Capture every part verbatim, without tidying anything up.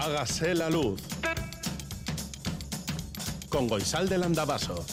Hágase la luz. Con Goizal del Andabaso.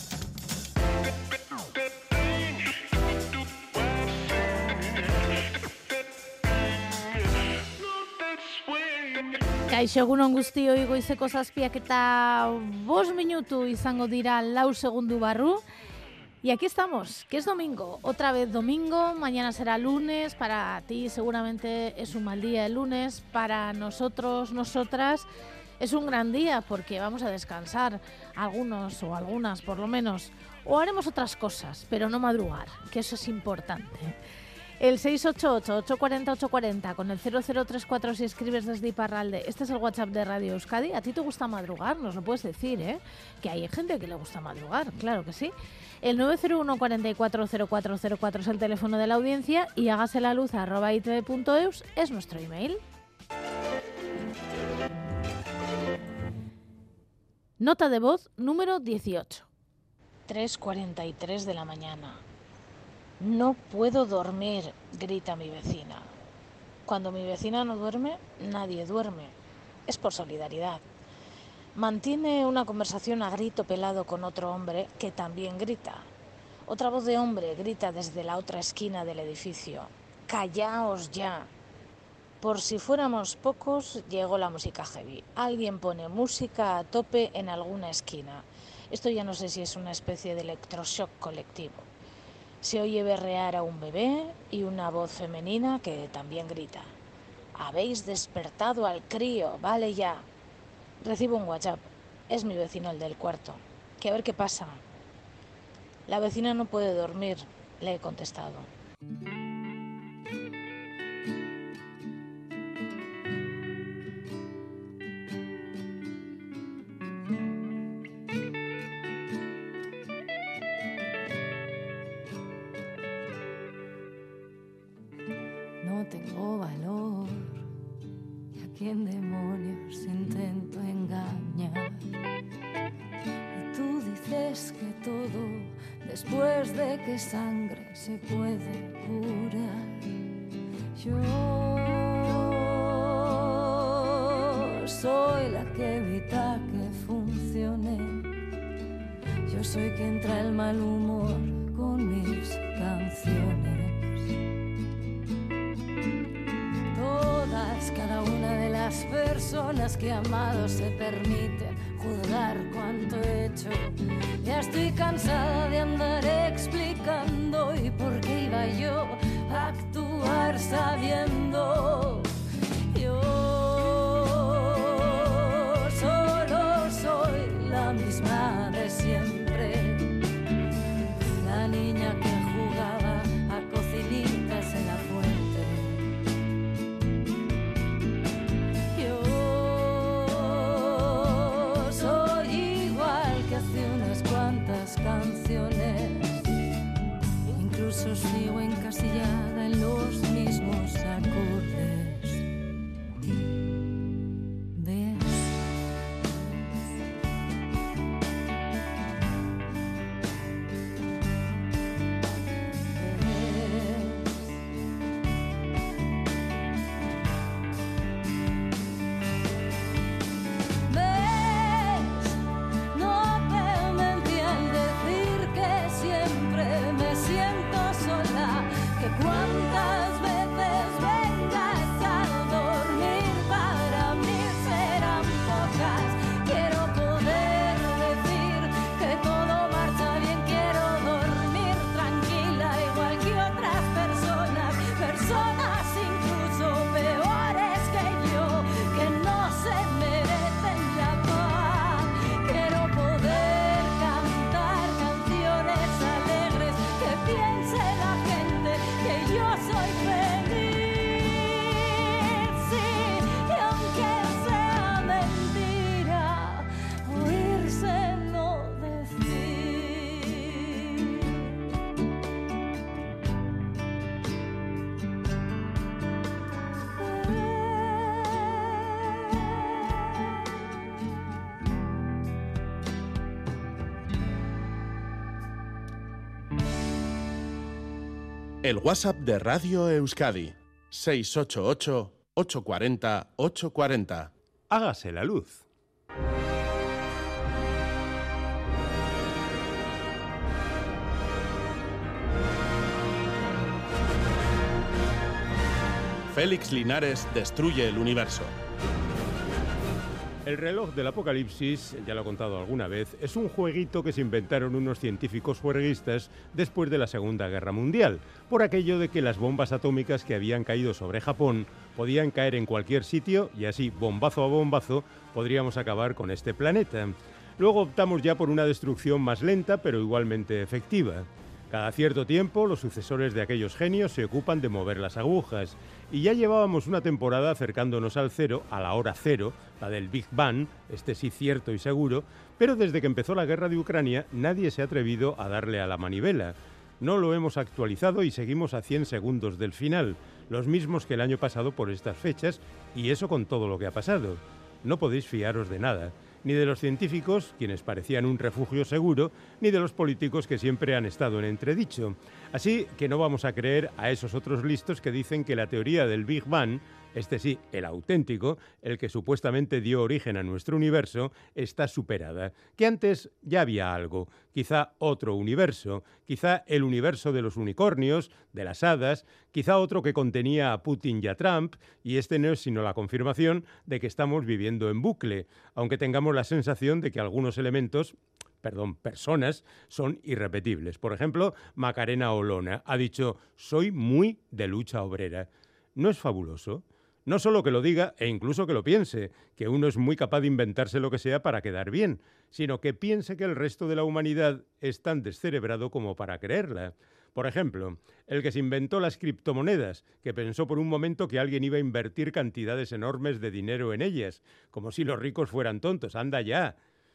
Kaixo egunon guztioi, goizeko zazpiak eta bost minutu izango dira lau segundu barru. Y aquí estamos, que es domingo, otra vez domingo, mañana será lunes, para ti seguramente es un mal día el lunes, para nosotros, nosotras, es un gran día porque vamos a descansar, algunos o algunas por lo menos, o haremos otras cosas, pero no madrugar, que eso es importante. El seis ocho ocho, ocho cuatro cero, ocho cuatro cero con el cero cero tres cuatro si escribes desde Iparralde. Este es el WhatsApp de Radio Euskadi. ¿A ti te gusta madrugar? Nos lo puedes decir, ¿eh? Que hay gente que le gusta madrugar, claro que sí. El nueve cero uno, cuatro cuatro cero cuatro cero cuatro es el teléfono de la audiencia y hágase la luz arroba itv punto eus es nuestro email. Nota de voz número dieciocho. tres cuarenta y tres de la mañana. No puedo dormir, grita mi vecina. Cuando mi vecina no duerme, nadie duerme. Es por solidaridad. Mantiene una conversación a grito pelado con otro hombre que también grita. Otra voz de hombre grita desde la otra esquina del edificio. ¡Callaos ya! Por si fuéramos pocos, llegó la música heavy. Alguien pone música a tope en alguna esquina. Esto ya no sé si es una especie de electroshock colectivo. Se oye berrear a un bebé y una voz femenina que también grita. Habéis despertado al crío, vale ya. Recibo un WhatsApp. Es mi vecino el del cuarto. Que a ver qué pasa. La vecina no puede dormir, le he contestado. No tengo valor, y a quién demonios intento engañar. Y tú dices que todo, después de que sangre se puede curar. Yo soy la que evita que funcione. Yo soy quien trae el mal humor con mis canciones. Cada una de las personas que he amado se permiten juzgar cuánto he hecho. Ya estoy cansada de andar explicando y por qué iba yo a actuar sabiendo. Yo solo soy la misma de siempre, la niña que jugaba a cocinitas en la fuente. Canciones, incluso sigo encasillada en los mismos acordes. ¿Ves? ¿Cuántas veces vengas a dormir? Para mí serán pocas. Quiero poder decir que todo marcha bien. Quiero dormir tranquila igual que otras personas. Personas incluso peores que yo, que no se merecen la paz. Quiero poder cantar canciones alegres que piense la gente que yo soy feliz, sí, y aunque sea mentira, oírselo decir. El WhatsApp de Radio Euskadi, seis ocho ocho, ocho cuatro cero, ocho cuatro cero. Hágase la luz. Félix Linares destruye el universo. El reloj del apocalipsis, ya lo he contado alguna vez, es un jueguito que se inventaron unos científicos juerguistas después de la Segunda Guerra Mundial, por aquello de que las bombas atómicas que habían caído sobre Japón podían caer en cualquier sitio y así, bombazo a bombazo, podríamos acabar con este planeta. Luego optamos ya por una destrucción más lenta, pero igualmente efectiva. Cada cierto tiempo, los sucesores de aquellos genios se ocupan de mover las agujas. Y ya llevábamos una temporada acercándonos al cero, a la hora cero, la del Big Bang, este sí cierto y seguro, pero desde que empezó la guerra de Ucrania nadie se ha atrevido a darle a la manivela. No lo hemos actualizado y seguimos a cien segundos del final, los mismos que el año pasado por estas fechas, y eso con todo lo que ha pasado. No podéis fiaros de nada. Ni de los científicos, quienes parecían un refugio seguro, ni de los políticos que siempre han estado en entredicho. Así que no vamos a creer a esos otros listos que dicen que la teoría del Big Bang, este sí, el auténtico, el que supuestamente dio origen a nuestro universo, está superada. Que antes ya había algo, quizá otro universo, quizá el universo de los unicornios, de las hadas, quizá otro que contenía a Putin y a Trump, y este no es sino la confirmación de que estamos viviendo en bucle, aunque tengamos la sensación de que algunos elementos, perdón, personas, son irrepetibles. Por ejemplo, Macarena Olona ha dicho: soy muy de lucha obrera. ¿No es fabuloso? No solo que lo diga e incluso que lo piense, que uno es muy capaz de inventarse lo que sea para quedar bien, sino que piense que el resto de la humanidad es tan descerebrado como para creerla. Por ejemplo, el que se inventó las criptomonedas, que pensó por un momento que alguien iba a invertir cantidades enormes de dinero en ellas, como si los ricos fueran tontos. ¡Anda ya!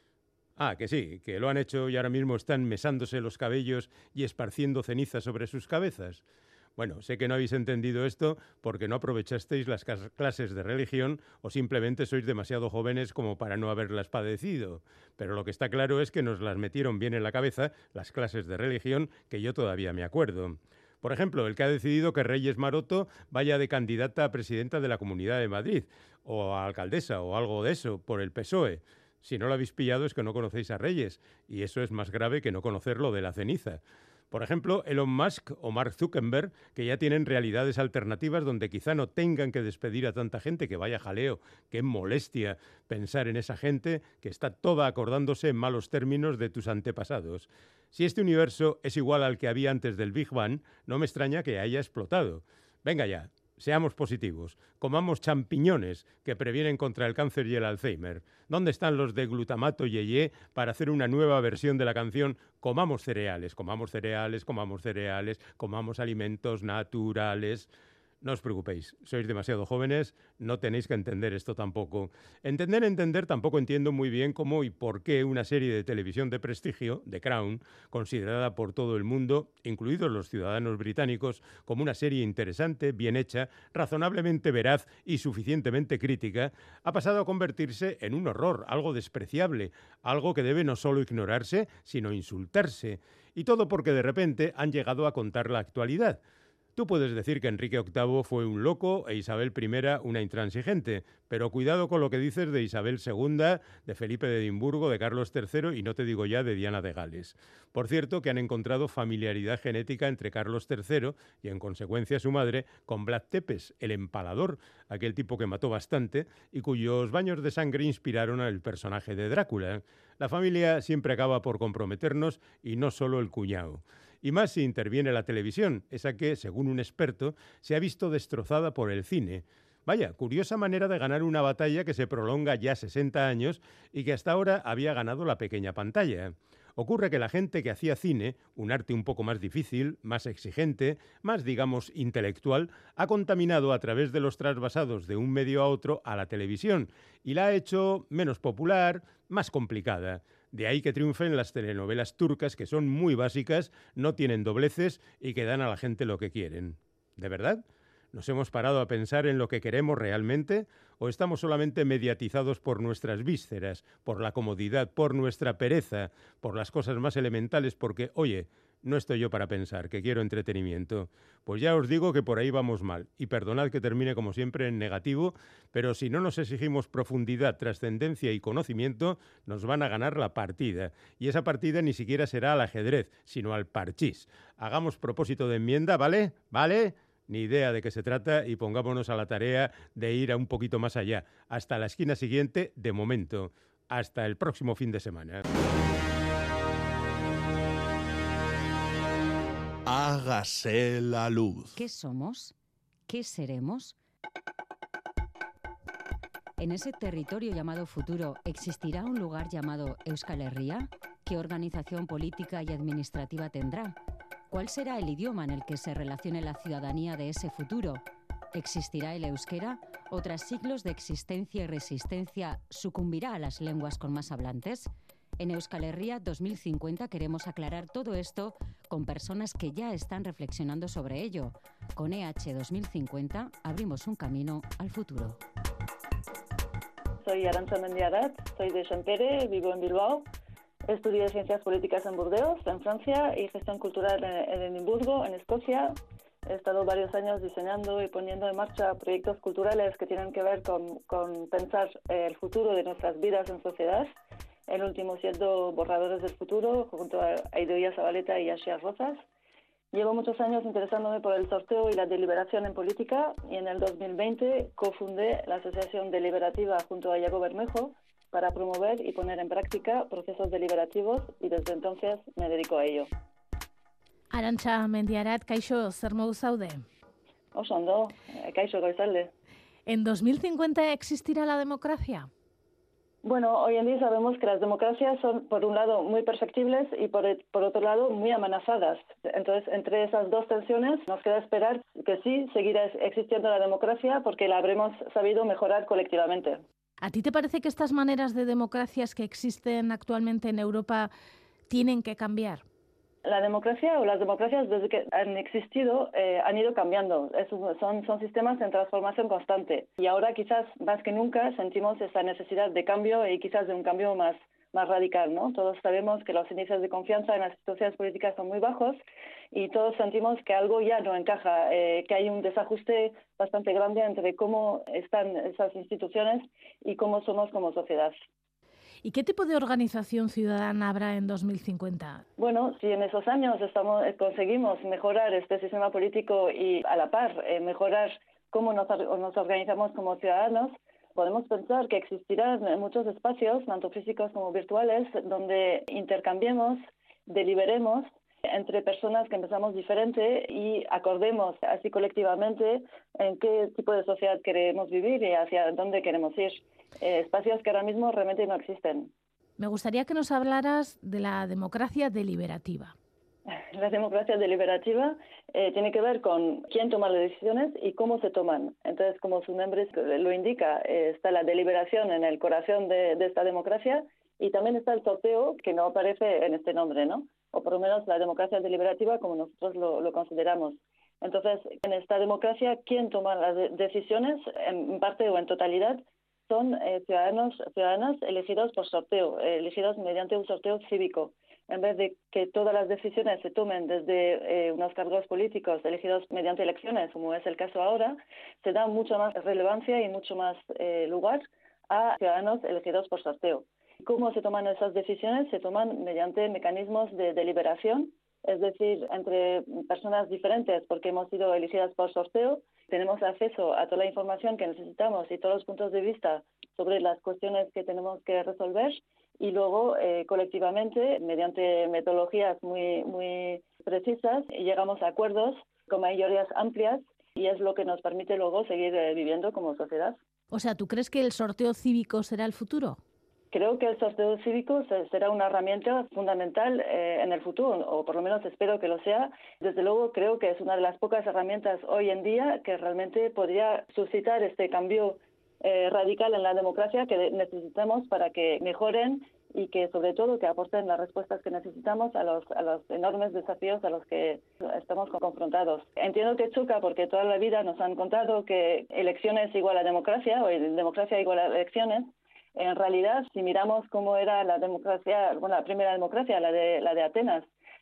Ah, que sí, que lo han hecho y ahora mismo están mesándose los cabellos y esparciendo ceniza sobre sus cabezas. Bueno, sé que no habéis entendido esto porque no aprovechasteis las clases de religión o simplemente sois demasiado jóvenes como para no haberlas padecido. Pero lo que está claro es que nos las metieron bien en la cabeza las clases de religión, que yo todavía me acuerdo. Por ejemplo, el que ha decidido que Reyes Maroto vaya de candidata a presidenta de la Comunidad de Madrid, o a alcaldesa, o algo de eso, por el P S O E. Si no lo habéis pillado es que no conocéis a Reyes, y eso es más grave que no conocerlo de la ceniza. Por ejemplo, Elon Musk o Mark Zuckerberg, que ya tienen realidades alternativas donde quizá no tengan que despedir a tanta gente, que vaya jaleo, qué molestia pensar en esa gente que está toda acordándose en malos términos de tus antepasados. Si este universo es igual al que había antes del Big Bang, no me extraña que haya explotado. Venga ya, seamos positivos, comamos champiñones que previenen contra el cáncer y el Alzheimer. ¿Dónde están los de glutamato yeye para hacer una nueva versión de la canción Comamos cereales, comamos cereales, comamos cereales, comamos alimentos naturales? No os preocupéis, sois demasiado jóvenes, no tenéis que entender esto tampoco. Entender, entender, tampoco entiendo muy bien cómo y por qué una serie de televisión de prestigio, The Crown, considerada por todo el mundo, incluidos los ciudadanos británicos, como una serie interesante, bien hecha, razonablemente veraz y suficientemente crítica, ha pasado a convertirse en un horror, algo despreciable, algo que debe no solo ignorarse, sino insultarse. Y todo porque de repente han llegado a contar la actualidad. Tú puedes decir que Enrique octavo fue un loco e Isabel primera una intransigente, pero cuidado con lo que dices de Isabel segunda, de Felipe de Edimburgo, de Carlos tercero y no te digo ya de Diana de Gales. Por cierto, que han encontrado familiaridad genética entre Carlos tercero y en consecuencia su madre con Vlad Tepes, el empalador, aquel tipo que mató bastante y cuyos baños de sangre inspiraron al personaje de Drácula. La familia siempre acaba por comprometernos y no solo el cuñado. Y más si interviene la televisión, esa que, según un experto, se ha visto destrozada por el cine. Vaya, curiosa manera de ganar una batalla que se prolonga ya sesenta años y que hasta ahora había ganado la pequeña pantalla. Ocurre que la gente que hacía cine, un arte un poco más difícil, más exigente, más, digamos, intelectual, ha contaminado a través de los trasvasados de un medio a otro a la televisión y la ha hecho menos popular, más complicada. De ahí que triunfen las telenovelas turcas, que son muy básicas, no tienen dobleces y que dan a la gente lo que quieren. ¿De verdad? ¿Nos hemos parado a pensar en lo que queremos realmente? ¿O estamos solamente mediatizados por nuestras vísceras, por la comodidad, por nuestra pereza, por las cosas más elementales? Porque, oye, No estoy yo para pensar, que quiero entretenimiento. Pues ya os digo que por ahí vamos mal. Y perdonad que termine como siempre en negativo, pero si no nos exigimos profundidad, trascendencia y conocimiento, nos van a ganar la partida. Y esa partida ni siquiera será al ajedrez, sino al parchís. Hagamos propósito de enmienda, ¿vale? ¿Vale? Ni idea de qué se trata y pongámonos a la tarea de ir a un poquito más allá. Hasta la esquina siguiente, de momento. Hasta el próximo fin de semana. Hágase la luz. ¿Qué somos? ¿Qué seremos? En ese territorio llamado futuro, ¿existirá un lugar llamado Euskal Herria? ¿Qué organización política y administrativa tendrá? ¿Cuál será el idioma en el que se relacione la ciudadanía de ese futuro? ¿Existirá el euskera? ¿O tras siglos de existencia y resistencia sucumbirá a las lenguas con más hablantes? En Euskal Herria dos mil cincuenta queremos aclarar todo esto con personas que ya están reflexionando sobre ello. Con E H dos mil cincuenta abrimos un camino al futuro. Soy Arantxa Mendiarat, soy de Xantere, vivo en Bilbao. Estudié Ciencias Políticas en Burdeos, en Francia, y Gestión Cultural en Edimburgo, en Escocia. He estado varios años diseñando y poniendo en marcha proyectos culturales que tienen que ver con, con pensar el futuro de nuestras vidas en sociedad. El último siendo Borradores del Futuro, junto a Idoia Zabaleta y Asier Rozas. Llevo muchos años interesándome por el sorteo y la deliberación en política, y en el dos mil veinte cofundé la Asociación Deliberativa junto a Iago Bermejo para promover y poner en práctica procesos deliberativos, y desde entonces me dedico a ello. Arantxa Mendiarat, kaixo, zer moduz zaude? Oso ondo, kaixo goizalde. ¿En dos mil cincuenta existirá la democracia? Bueno, hoy en día sabemos que las democracias son, por un lado, muy perfectibles y, por, por otro lado, muy amenazadas. Entonces, entre esas dos tensiones, nos queda esperar que sí, seguirá existiendo la democracia porque la habremos sabido mejorar colectivamente. ¿A ti te parece que estas maneras de democracias que existen actualmente en Europa tienen que cambiar? La democracia o las democracias desde que han existido eh, han ido cambiando. Es, son, son sistemas en transformación constante. Y ahora quizás más que nunca sentimos esa necesidad de cambio y quizás de un cambio más, más radical, ¿no? Todos sabemos que los índices de confianza en las instituciones políticas son muy bajos y todos sentimos que algo ya no encaja, eh, que hay un desajuste bastante grande entre cómo están esas instituciones y cómo somos como sociedad. ¿Y qué tipo de organización ciudadana habrá en dos mil cincuenta? Bueno, si en esos años estamos, conseguimos mejorar este sistema político y a la par eh, mejorar cómo nos, nos organizamos como ciudadanos, podemos pensar que existirán muchos espacios, tanto físicos como virtuales, donde intercambiemos, deliberemos entre personas que pensamos diferente y acordemos así colectivamente en qué tipo de sociedad queremos vivir y hacia dónde queremos ir. Eh, espacios que ahora mismo realmente no existen. Me gustaría que nos hablaras de la democracia deliberativa. La democracia deliberativa eh, tiene que ver con quién toma las decisiones y cómo se toman. Entonces, como su nombre lo indica, eh, está la deliberación en el corazón de, de esta democracia, y también está el sorteo, que no aparece en este nombre, ¿no? O por lo menos la democracia deliberativa como nosotros lo, lo consideramos. Entonces, en esta democracia, ¿quién toma las de- decisiones, en parte o en totalidad? Son eh, ciudadanos, ciudadanas elegidos por sorteo, eh, elegidos mediante un sorteo cívico. En vez de que todas las decisiones se tomen desde eh, unos cargos políticos elegidos mediante elecciones, como es el caso ahora, se da mucha más relevancia y mucho más eh, lugar a ciudadanos elegidos por sorteo. ¿Cómo se toman esas decisiones? Se toman mediante mecanismos de deliberación, es decir, entre personas diferentes, porque hemos sido elegidas por sorteo, tenemos acceso a toda la información que necesitamos y todos los puntos de vista sobre las cuestiones que tenemos que resolver, y luego eh, colectivamente, mediante metodologías muy, muy precisas, llegamos a acuerdos con mayorías amplias, y es lo que nos permite luego seguir eh, viviendo como sociedad. O sea, ¿tú crees que el sorteo cívico será el futuro? Creo que el sorteo cívico será una herramienta fundamental eh, en el futuro, o por lo menos espero que lo sea. Desde luego creo que es una de las pocas herramientas hoy en día que realmente podría suscitar este cambio eh, radical en la democracia que necesitamos para que mejoren y que sobre todo que aporten las respuestas que necesitamos a los, a los enormes desafíos a los que estamos confrontados. Entiendo que choca porque toda la vida nos han contado que elecciones igual a democracia o democracia igual a elecciones. En realidad, si miramos cómo era la democracia, bueno, la primera democracia, la de, la de Atenas,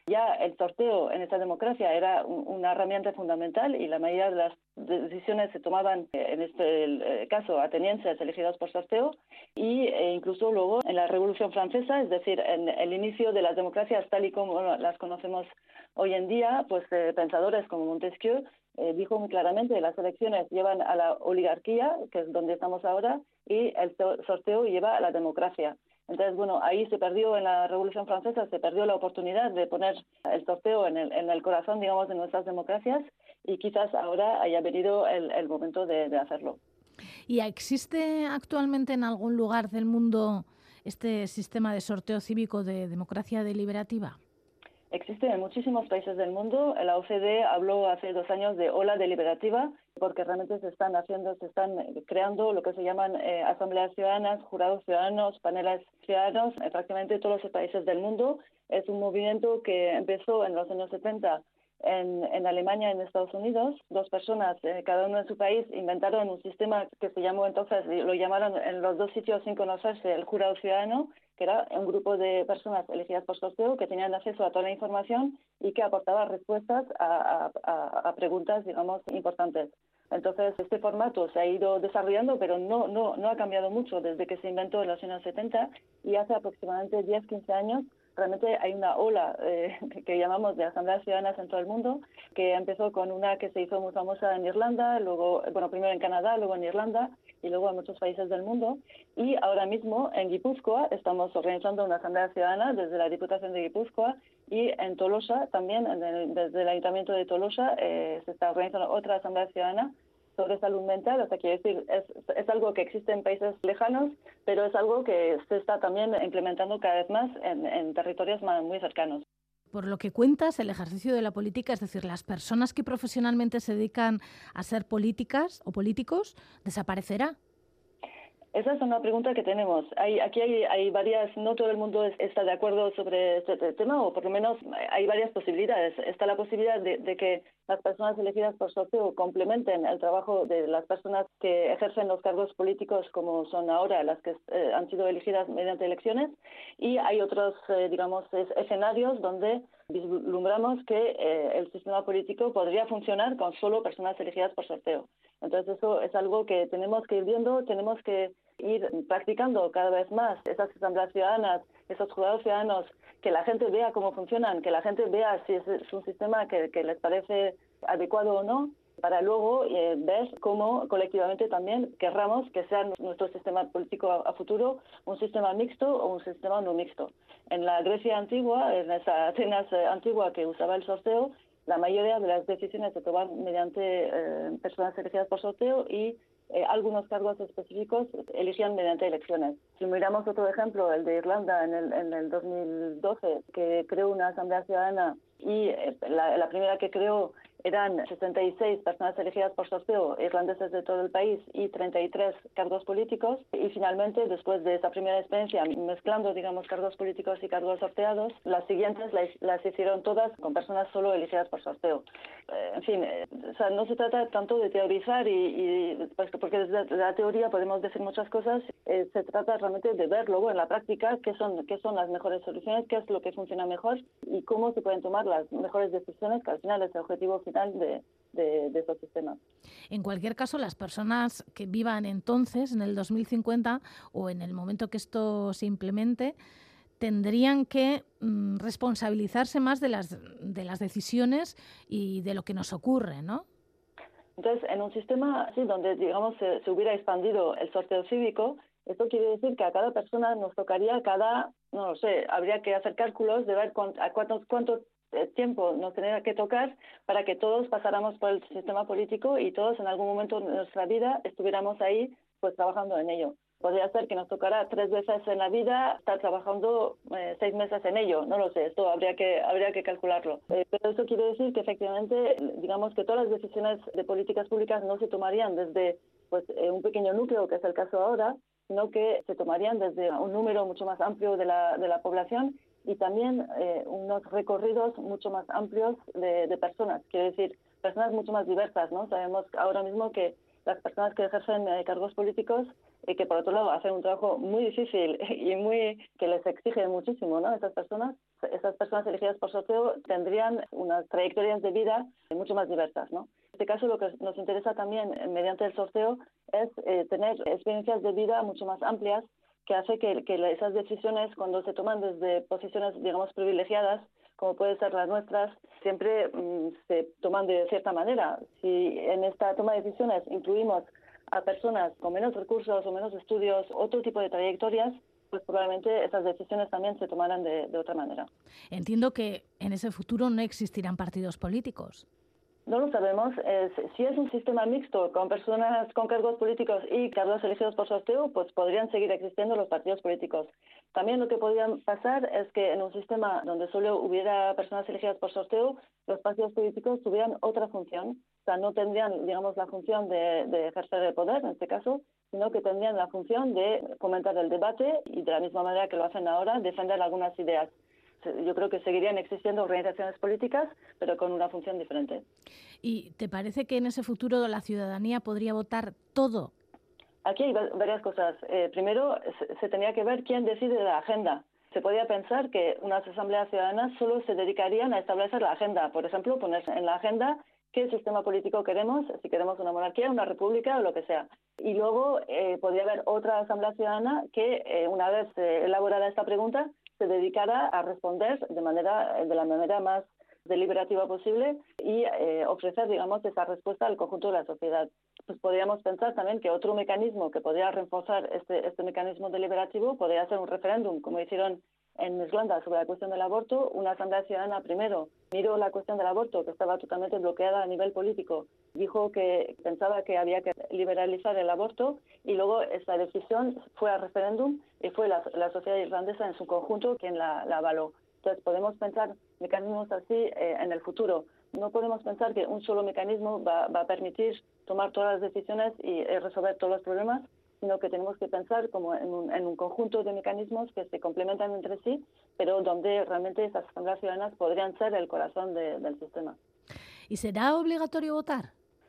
Ya el sorteo en esta democracia era una herramienta fundamental y la mayoría de las decisiones se tomaban, en este caso, atenienses elegidos por sorteo, y e incluso luego en la Revolución Francesa, es decir, en el inicio de las democracias tal y como las conocemos hoy en día, pues eh, pensadores como Montesquieu eh, dijo muy claramente que las elecciones llevan a la oligarquía, que es donde estamos ahora, y el sorteo lleva a la democracia. Entonces, bueno, ahí se perdió en la Revolución Francesa, se perdió la oportunidad de poner el sorteo en el, en el corazón, digamos, de nuestras democracias, y quizás ahora haya venido el, el momento de, de hacerlo. ¿Y existe actualmente en algún lugar del mundo este sistema de sorteo cívico de democracia deliberativa? Existe en muchísimos países del mundo. La O C D E habló hace dos años de ola deliberativa, porque realmente se están haciendo, se están creando lo que se llaman eh, asambleas ciudadanas, jurados ciudadanos, paneles ciudadanos, en prácticamente todos los países del mundo. Es un movimiento que empezó en los años setenta en, en Alemania y en Estados Unidos. Dos personas, eh, cada uno en su país, inventaron un sistema que se llamó entonces, lo llamaron en los dos sitios sin conocerse, el jurado ciudadano, que era un grupo de personas elegidas por sorteo que tenían acceso a toda la información y que aportaba respuestas a, a, a preguntas, digamos, importantes. Entonces, este formato se ha ido desarrollando, pero no, no, no ha cambiado mucho desde que se inventó en los años setenta, y hace aproximadamente diez a quince años realmente hay una ola eh, que llamamos de asambleas ciudadanas en todo el mundo, que empezó con una que se hizo muy famosa en Irlanda, luego, bueno, primero en Canadá, luego en Irlanda y luego en muchos países del mundo. Y ahora mismo en Guipúzcoa estamos organizando una asamblea ciudadana desde la Diputación de Guipúzcoa, y en Tolosa también, en el, desde el Ayuntamiento de Tolosa, eh, se está organizando otra asamblea ciudadana sobre salud mental. O sea, quiero decir, es, es algo que existe en países lejanos, pero es algo que se está también implementando cada vez más en, en territorios más, muy cercanos. Por lo que cuentas, el ejercicio de la política, es decir, las personas que profesionalmente se dedican a ser políticas o políticos, ¿desaparecerá? Esa es una pregunta que tenemos. Hay, aquí hay, hay varias, no todo el mundo está de acuerdo sobre este tema, o por lo menos hay varias posibilidades. Está la posibilidad de, de que las personas elegidas por sorteo complementen el trabajo de las personas que ejercen los cargos políticos como son ahora las que eh, han sido elegidas mediante elecciones, y hay otros, eh, digamos, escenarios donde vislumbramos que eh, el sistema político podría funcionar con solo personas elegidas por sorteo. Entonces eso es algo que tenemos que ir viendo, tenemos que ir practicando cada vez más esas asambleas ciudadanas, esos jurados ciudadanos, que la gente vea cómo funcionan, que la gente vea si es, es un sistema que, que les parece adecuado o no, para luego eh, ver cómo colectivamente también querramos que sea nuestro sistema político a, a futuro un sistema mixto o un sistema no mixto. En la Grecia antigua, en esa Atenas eh, antigua que usaba el sorteo, la mayoría de las decisiones se toman mediante eh, personas elegidas por sorteo, y eh, algunos cargos específicos elegían mediante elecciones. Si miramos otro ejemplo, el de Irlanda en el, en el dos mil doce, que creó una asamblea ciudadana, y eh, la, la primera que creó eran sesenta y seis personas elegidas por sorteo, irlandeses de todo el país, y treinta y tres cargos políticos. Y finalmente, después de esa primera experiencia, mezclando, digamos, cargos políticos y cargos sorteados, las siguientes las, las hicieron todas con personas solo elegidas por sorteo. Eh, en fin, eh, o sea, no se trata tanto de teorizar, y, y porque desde la teoría podemos decir muchas cosas, eh, se trata realmente de ver luego en la práctica qué son, qué son las mejores soluciones, qué es lo que funciona mejor y cómo se pueden tomar las mejores decisiones, que al final es el objetivo final De, de, de estos sistemas. En cualquier caso, las personas que vivan entonces, en el dos mil cincuenta, o en el momento que esto se implemente, tendrían que mm, responsabilizarse más de las, de las decisiones y de lo que nos ocurre, ¿no? Entonces, en un sistema así, donde, digamos, se, se hubiera expandido el sorteo cívico, esto quiere decir que a cada persona nos tocaría cada, no lo sé, habría que hacer cálculos de ver con, a cuántos, cuántos tiempo nos tendría que tocar para que todos pasáramos por el sistema político y todos en algún momento de nuestra vida estuviéramos ahí pues trabajando en ello. Podría ser que nos tocara tres veces en la vida estar trabajando eh, seis meses en ello, no lo sé, esto habría que habría que calcularlo. Eh, pero eso quiere decir que efectivamente, digamos que todas las decisiones de políticas públicas no se tomarían desde pues eh, un pequeño núcleo, que es el caso ahora, sino que se tomarían desde un número mucho más amplio de la, de la población, y también eh, unos recorridos mucho más amplios de, de personas, quiero decir, personas mucho más diversas, ¿no? Sabemos ahora mismo que las personas que ejercen eh, cargos políticos y que por otro lado hacen un trabajo muy difícil y muy que les exige muchísimo, ¿no? Estas personas, estas personas elegidas por sorteo tendrían unas trayectorias de vida mucho más diversas, ¿no? En este caso lo que nos interesa también eh, mediante el sorteo es eh, tener experiencias de vida mucho más amplias que hace que, que esas decisiones cuando se toman desde posiciones, digamos, privilegiadas, como pueden ser las nuestras, siempre mmm, se toman de cierta manera. Si en esta toma de decisiones incluimos a personas con menos recursos o menos estudios, otro tipo de trayectorias, pues probablemente esas decisiones también se tomarán de, de otra manera. Entiendo que en ese futuro no existirán partidos políticos. No lo sabemos. Es, si es un sistema mixto con personas con cargos políticos y cargos elegidos por sorteo, pues podrían seguir existiendo los partidos políticos. También lo que podría pasar es que en un sistema donde solo hubiera personas elegidas por sorteo, los partidos políticos tuvieran otra función. O sea, no tendrían, digamos, la función de, de ejercer el poder, en este caso, sino que tendrían la función de fomentar el debate y, de la misma manera que lo hacen ahora, defender algunas ideas. Yo creo que seguirían existiendo organizaciones políticas, pero con una función diferente. ¿Y te parece que en ese futuro la ciudadanía podría votar todo? Aquí hay varias cosas. Eh, primero, se, se tenía que ver quién decide la agenda. Se podía pensar que unas asambleas ciudadanas solo se dedicarían a establecer la agenda. Por ejemplo, poner en la agenda qué sistema político queremos, si queremos una monarquía, una república o lo que sea. Y luego eh, podría haber otra asamblea ciudadana que, eh, una vez eh, elaborada esta pregunta, se dedicara a responder de manera de la manera más deliberativa posible y eh, ofrecer, digamos, esa respuesta al conjunto de la sociedad. Pues podríamos pensar también que otro mecanismo que podría reforzar este, este mecanismo deliberativo podría ser un referéndum, como hicieron en Irlanda sobre la cuestión del aborto. Una asamblea ciudadana primero miró la cuestión del aborto, que estaba totalmente bloqueada a nivel político, dijo que pensaba que había que liberalizar el aborto y luego esa decisión fue a referéndum y fue la, la sociedad irlandesa en su conjunto quien la, la avaló. Entonces podemos pensar mecanismos así eh, en el futuro. No podemos pensar que un solo mecanismo va, va a permitir tomar todas las decisiones y eh, resolver todos los problemas, sino que tenemos que pensar como en un, en un conjunto de mecanismos que se complementan entre sí, pero donde realmente esas asambleas ciudadanas podrían ser el corazón de, del sistema. ¿Y será obligatorio votar?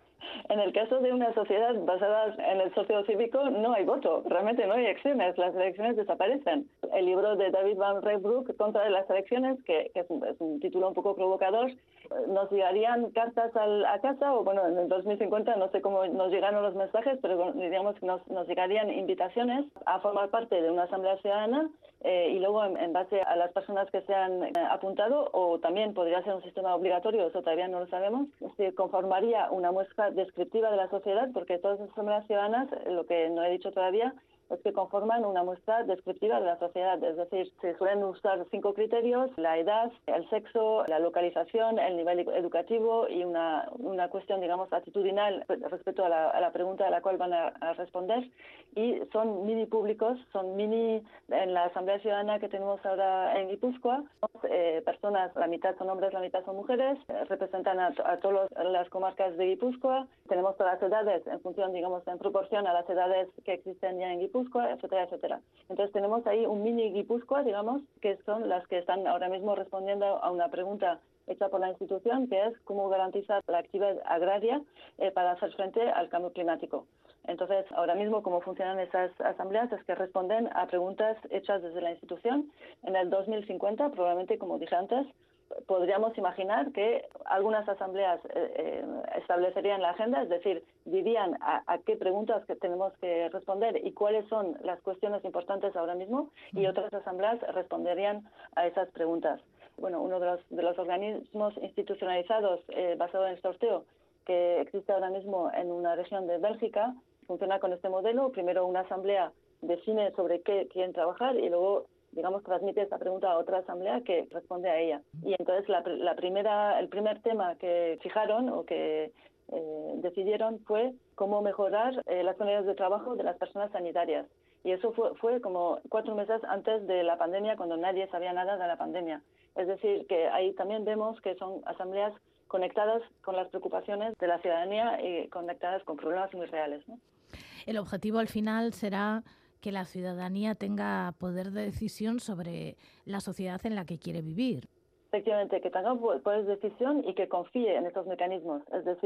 En el caso de una sociedad basada en el sorteo cívico, no hay voto, realmente no hay elecciones, las elecciones desaparecen. El libro de David Van Rysbroek, Contra las elecciones, que, que es, un, es un título un poco provocador, nos llegarían cartas al, a casa, o bueno, en el dos mil cincuenta no sé cómo nos llegaron los mensajes, pero diríamos que nos, nos llegarían invitaciones a formar parte de una asamblea ciudadana eh, y luego en, en base a las personas que se han eh, apuntado, o también podría ser un sistema obligatorio, eso todavía no lo sabemos, se conformaría una muestra descriptiva de la sociedad, porque todas las asambleas ciudadanas, lo que no he dicho todavía, es que conforman una muestra descriptiva de la sociedad, es decir, se suelen usar cinco criterios: la edad, el sexo, la localización, el nivel educativo y una, una cuestión, digamos, actitudinal respecto a la, a la pregunta a la cual van a, a responder, y son mini públicos, son mini, en la Asamblea Ciudadana que tenemos ahora en Guipúzcoa, eh, personas, la mitad son hombres, la mitad son mujeres, eh, representan a, a todas las comarcas de Guipúzcoa, tenemos todas las edades en función, digamos, en proporción a las edades que existen ya en Guipúzcoa, etcétera, etcétera. Entonces tenemos ahí un mini Guipúzcoa, digamos, que son las que están ahora mismo respondiendo a una pregunta hecha por la institución, que es cómo garantizar la actividad agraria eh, para hacer frente al cambio climático. Entonces, ahora mismo, cómo funcionan esas asambleas es que responden a preguntas hechas desde la institución. En el dos mil cincuenta, probablemente, como dije antes, podríamos imaginar que algunas asambleas eh, eh, establecerían la agenda, es decir, dirían a, a qué preguntas que tenemos que responder y cuáles son las cuestiones importantes ahora mismo, y otras asambleas responderían a esas preguntas. Bueno, uno de los, de los organismos institucionalizados eh, basado en el sorteo que existe ahora mismo en una región de Bélgica funciona con este modelo. Primero una asamblea define sobre qué quieren trabajar y luego, digamos, transmite esta pregunta a otra asamblea que responde a ella. Y entonces la, la primera, el primer tema que fijaron o que eh, decidieron fue cómo mejorar eh, las condiciones de trabajo de las personas sanitarias. Y eso fue, fue como cuatro meses antes de la pandemia, cuando nadie sabía nada de la pandemia. Es decir, que ahí también vemos que son asambleas conectadas con las preocupaciones de la ciudadanía y conectadas con problemas muy reales, ¿no? El objetivo al final será que la ciudadanía tenga poder de decisión sobre la sociedad en la que quiere vivir. Efectivamente, que tenga poder de decisión y que confíe en estos mecanismos. Es decir,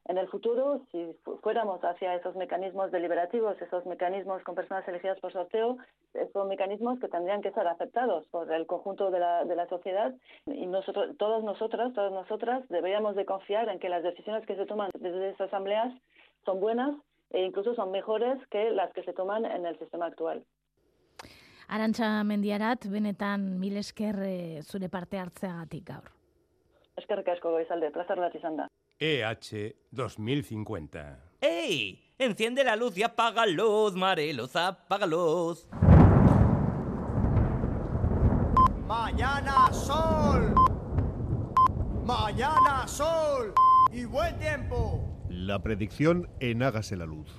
en el futuro, si fuéramos hacia esos mecanismos deliberativos, esos mecanismos con personas elegidas por sorteo, son mecanismos que tendrían que ser aceptados por el conjunto de la, de la sociedad, y nosotros, todos nosotros, todas nosotras deberíamos de confiar en que las decisiones que se toman desde estas asambleas son buenas e incluso son mejores que las que se toman en el sistema actual. Arantxa Mendiarat, benetan mil esker e, zure parte hartzeagatik gaur. Eskerrik asko Goizalde, plazer bat izan da. E H dos mil cincuenta. ¡Ey! Enciende la luz y apaga luz, Mariluz, apaga luz. Mañana sol. Mañana sol. Y buen tiempo. La predicción en Hágase la Luz.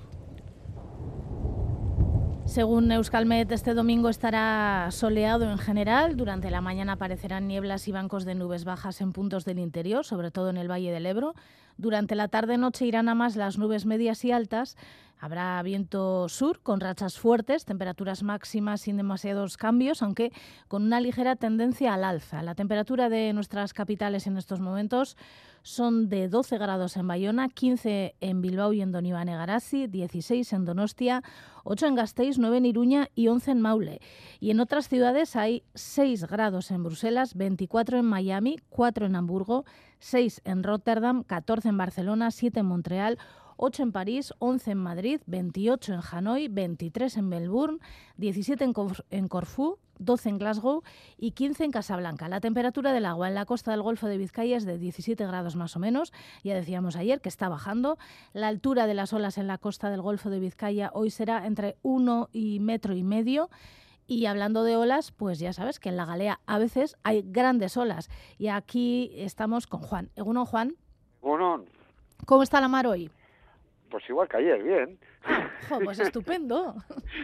Según Euskalmet, este domingo estará soleado en general. Durante la mañana aparecerán nieblas y bancos de nubes bajas en puntos del interior, sobre todo en el Valle del Ebro. Durante la tarde-noche irán a más las nubes medias y altas. Habrá viento sur con rachas fuertes, temperaturas máximas sin demasiados cambios, aunque con una ligera tendencia al alza. La temperatura de nuestras capitales en estos momentos son de doce grados en Bayona, quince en Bilbao y en Donibane Garazi, dieciséis en Donostia, ocho en Gasteiz, nueve en Iruña y once en Maule. Y en otras ciudades hay seis grados en Bruselas, veinticuatro en Miami, cuatro en Hamburgo, seis en Rotterdam, catorce en Barcelona, siete en Montreal, ocho en París, once en Madrid, veintiocho en Hanoi, veintitrés en Melbourne, diecisiete en, Corf- en Corfú, doce en Glasgow y quince en Casablanca. La temperatura del agua en la costa del Golfo de Vizcaya es de diecisiete grados más o menos. Ya decíamos ayer que está bajando. La altura de las olas en la costa del Golfo de Vizcaya hoy será entre uno y metro y medio. Y hablando de olas, pues ya sabes que en la Galea a veces hay grandes olas. Y aquí estamos con Juan. Egunon, Juan. Egunon. ¿Cómo está la mar hoy? Pues igual que ayer, bien. Ah, jo, pues estupendo.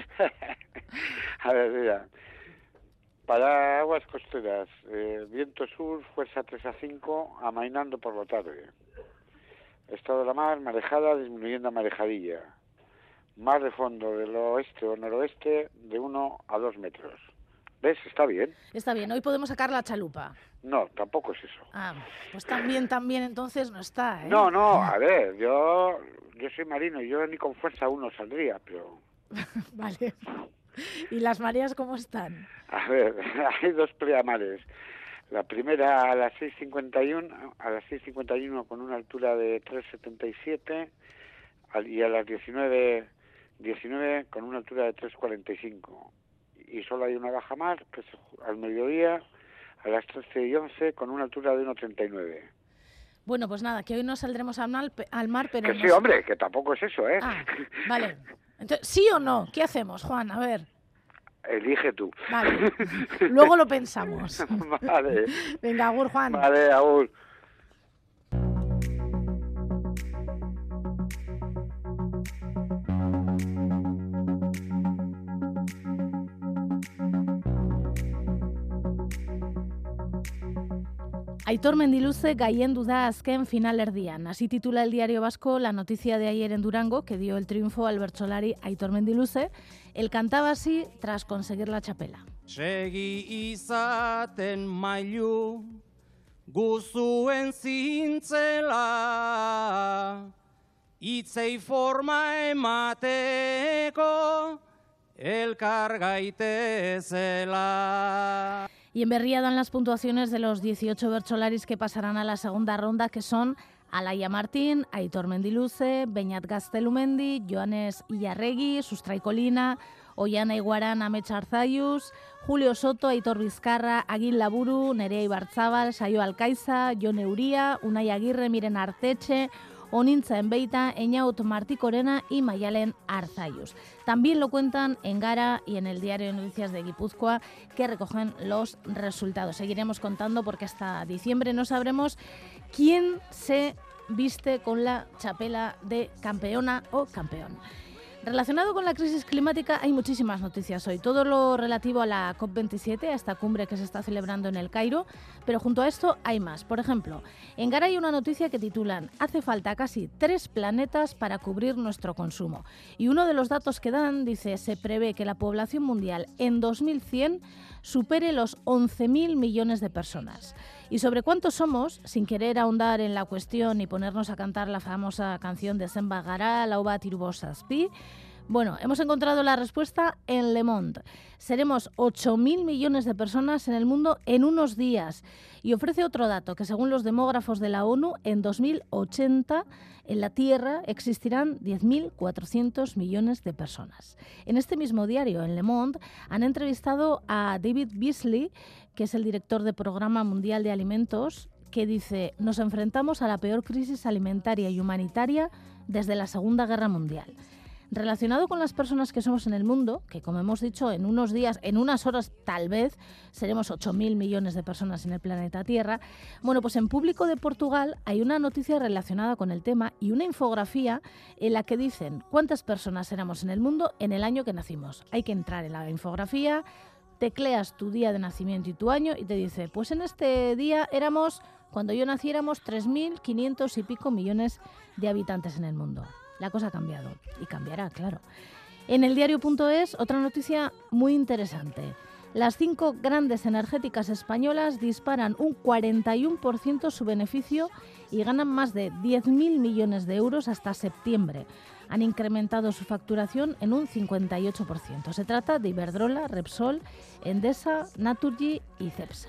A ver, mira. Para aguas costeras, eh, viento sur, fuerza tres a cinco, amainando por la tarde. Estado de la mar, marejada, disminuyendo a marejadilla. Mar de fondo del oeste o noroeste de uno a dos metros. ¿Ves? Está bien. Está bien, hoy podemos sacar la chalupa. No, tampoco es eso. Ah, pues también, también entonces no está, ¿eh? No, no, a ver, yo, yo soy marino, yo ni con fuerza uno saldría, pero... Vale. ¿Y las mareas cómo están? A ver, hay dos pleamares. La primera a las seis cincuenta y uno, a las seis cincuenta y uno con una altura de tres setenta y siete y a las diecinueve, diecinueve con una altura de tres cuarenta y cinco. Y solo hay una baja mar, que es al mediodía, a las trece y once, con una altura de uno treinta y nueve. Bueno, pues nada, que hoy no saldremos al mar, al mar pero... Que nos... sí, hombre, que tampoco es eso, ¿eh? Ah, vale. Entonces, ¿sí o no? ¿Qué hacemos, Juan? A ver. Elige tú. Vale. Luego lo pensamos. Vale. Venga, agur, Juan. Vale, agur. Aitor Mendiluze gailendu da azken finalerdian. Así titula el Diario Vasco la noticia de ayer en Durango, que dio el triunfo al bertsolari Aitor Mendiluze. Él cantaba así tras conseguir la txapela. Segi izaten mailu, guzuen zintzela, itzei forma emateko, elkar gaitezela. Y en Berria dan las puntuaciones de los dieciocho bertsolaris que pasarán a la segunda ronda, que son Alaia Martín, Aitor Mendiluze, Beñat Gaztelumendi, Joanes Illarregui, Sustrai Colina, Oiana Iguaran, Amets Arzayus, Julio Soto, Aitor Bizkarra, Agil Laburu, Nerea Ibarzabal, Saio Alcaiza, Jon Euría, Unai Aguirre, Miren Arteche, Onintza Enbeita, Eñaut Martí Corena y Mayalen Arzayus. También lo cuentan en Gara y en el Diario de Noticias de Guipúzcoa, que recogen los resultados. Seguiremos contando porque hasta diciembre no sabremos quién se viste con la txapela de campeona o campeón. Relacionado con la crisis climática hay muchísimas noticias hoy, todo lo relativo a la COP veintisiete, a esta cumbre que se está celebrando en el Cairo, pero junto a esto hay más. Por ejemplo, en Gara hay una noticia que titulan «Hace falta casi tres planetas para cubrir nuestro consumo». Y uno de los datos que dan dice, se prevé que la población mundial en dos mil cien supere los once mil millones de personas. ¿Y sobre cuántos somos? Sin querer ahondar en la cuestión y ponernos a cantar la famosa canción de Zenbat gara, lau bat hiru bost zazpi, bueno, hemos encontrado la respuesta en Le Monde. Seremos ocho mil millones de personas en el mundo en unos días. Y ofrece otro dato, que según los demógrafos de la ONU, en dos mil ochenta en la Tierra existirán diez mil cuatrocientos millones de personas. En este mismo diario, en Le Monde, han entrevistado a David Beasley, que es el director del Programa Mundial de Alimentos, que dice: nos enfrentamos a la peor crisis alimentaria y humanitaria desde la Segunda Guerra Mundial. Relacionado con las personas que somos en el mundo, que como hemos dicho, en unos días, en unas horas tal vez, seremos ocho mil millones de personas en el planeta Tierra, bueno, pues en Público de Portugal hay una noticia relacionada con el tema y una infografía en la que dicen cuántas personas éramos en el mundo en el año que nacimos. Hay que entrar en la infografía, tecleas tu día de nacimiento y tu año y te dice, pues en este día éramos, cuando yo nací éramos tres mil quinientos y pico millones de habitantes en el mundo. La cosa ha cambiado y cambiará, claro. En el diario punto es, otra noticia muy interesante. Las cinco grandes energéticas españolas disparan un cuarenta y uno por ciento su beneficio y ganan más de diez mil millones de euros hasta septiembre. Han incrementado su facturación en un cincuenta y ocho por ciento. Se trata de Iberdrola, Repsol, Endesa, Naturgy y Cepsa.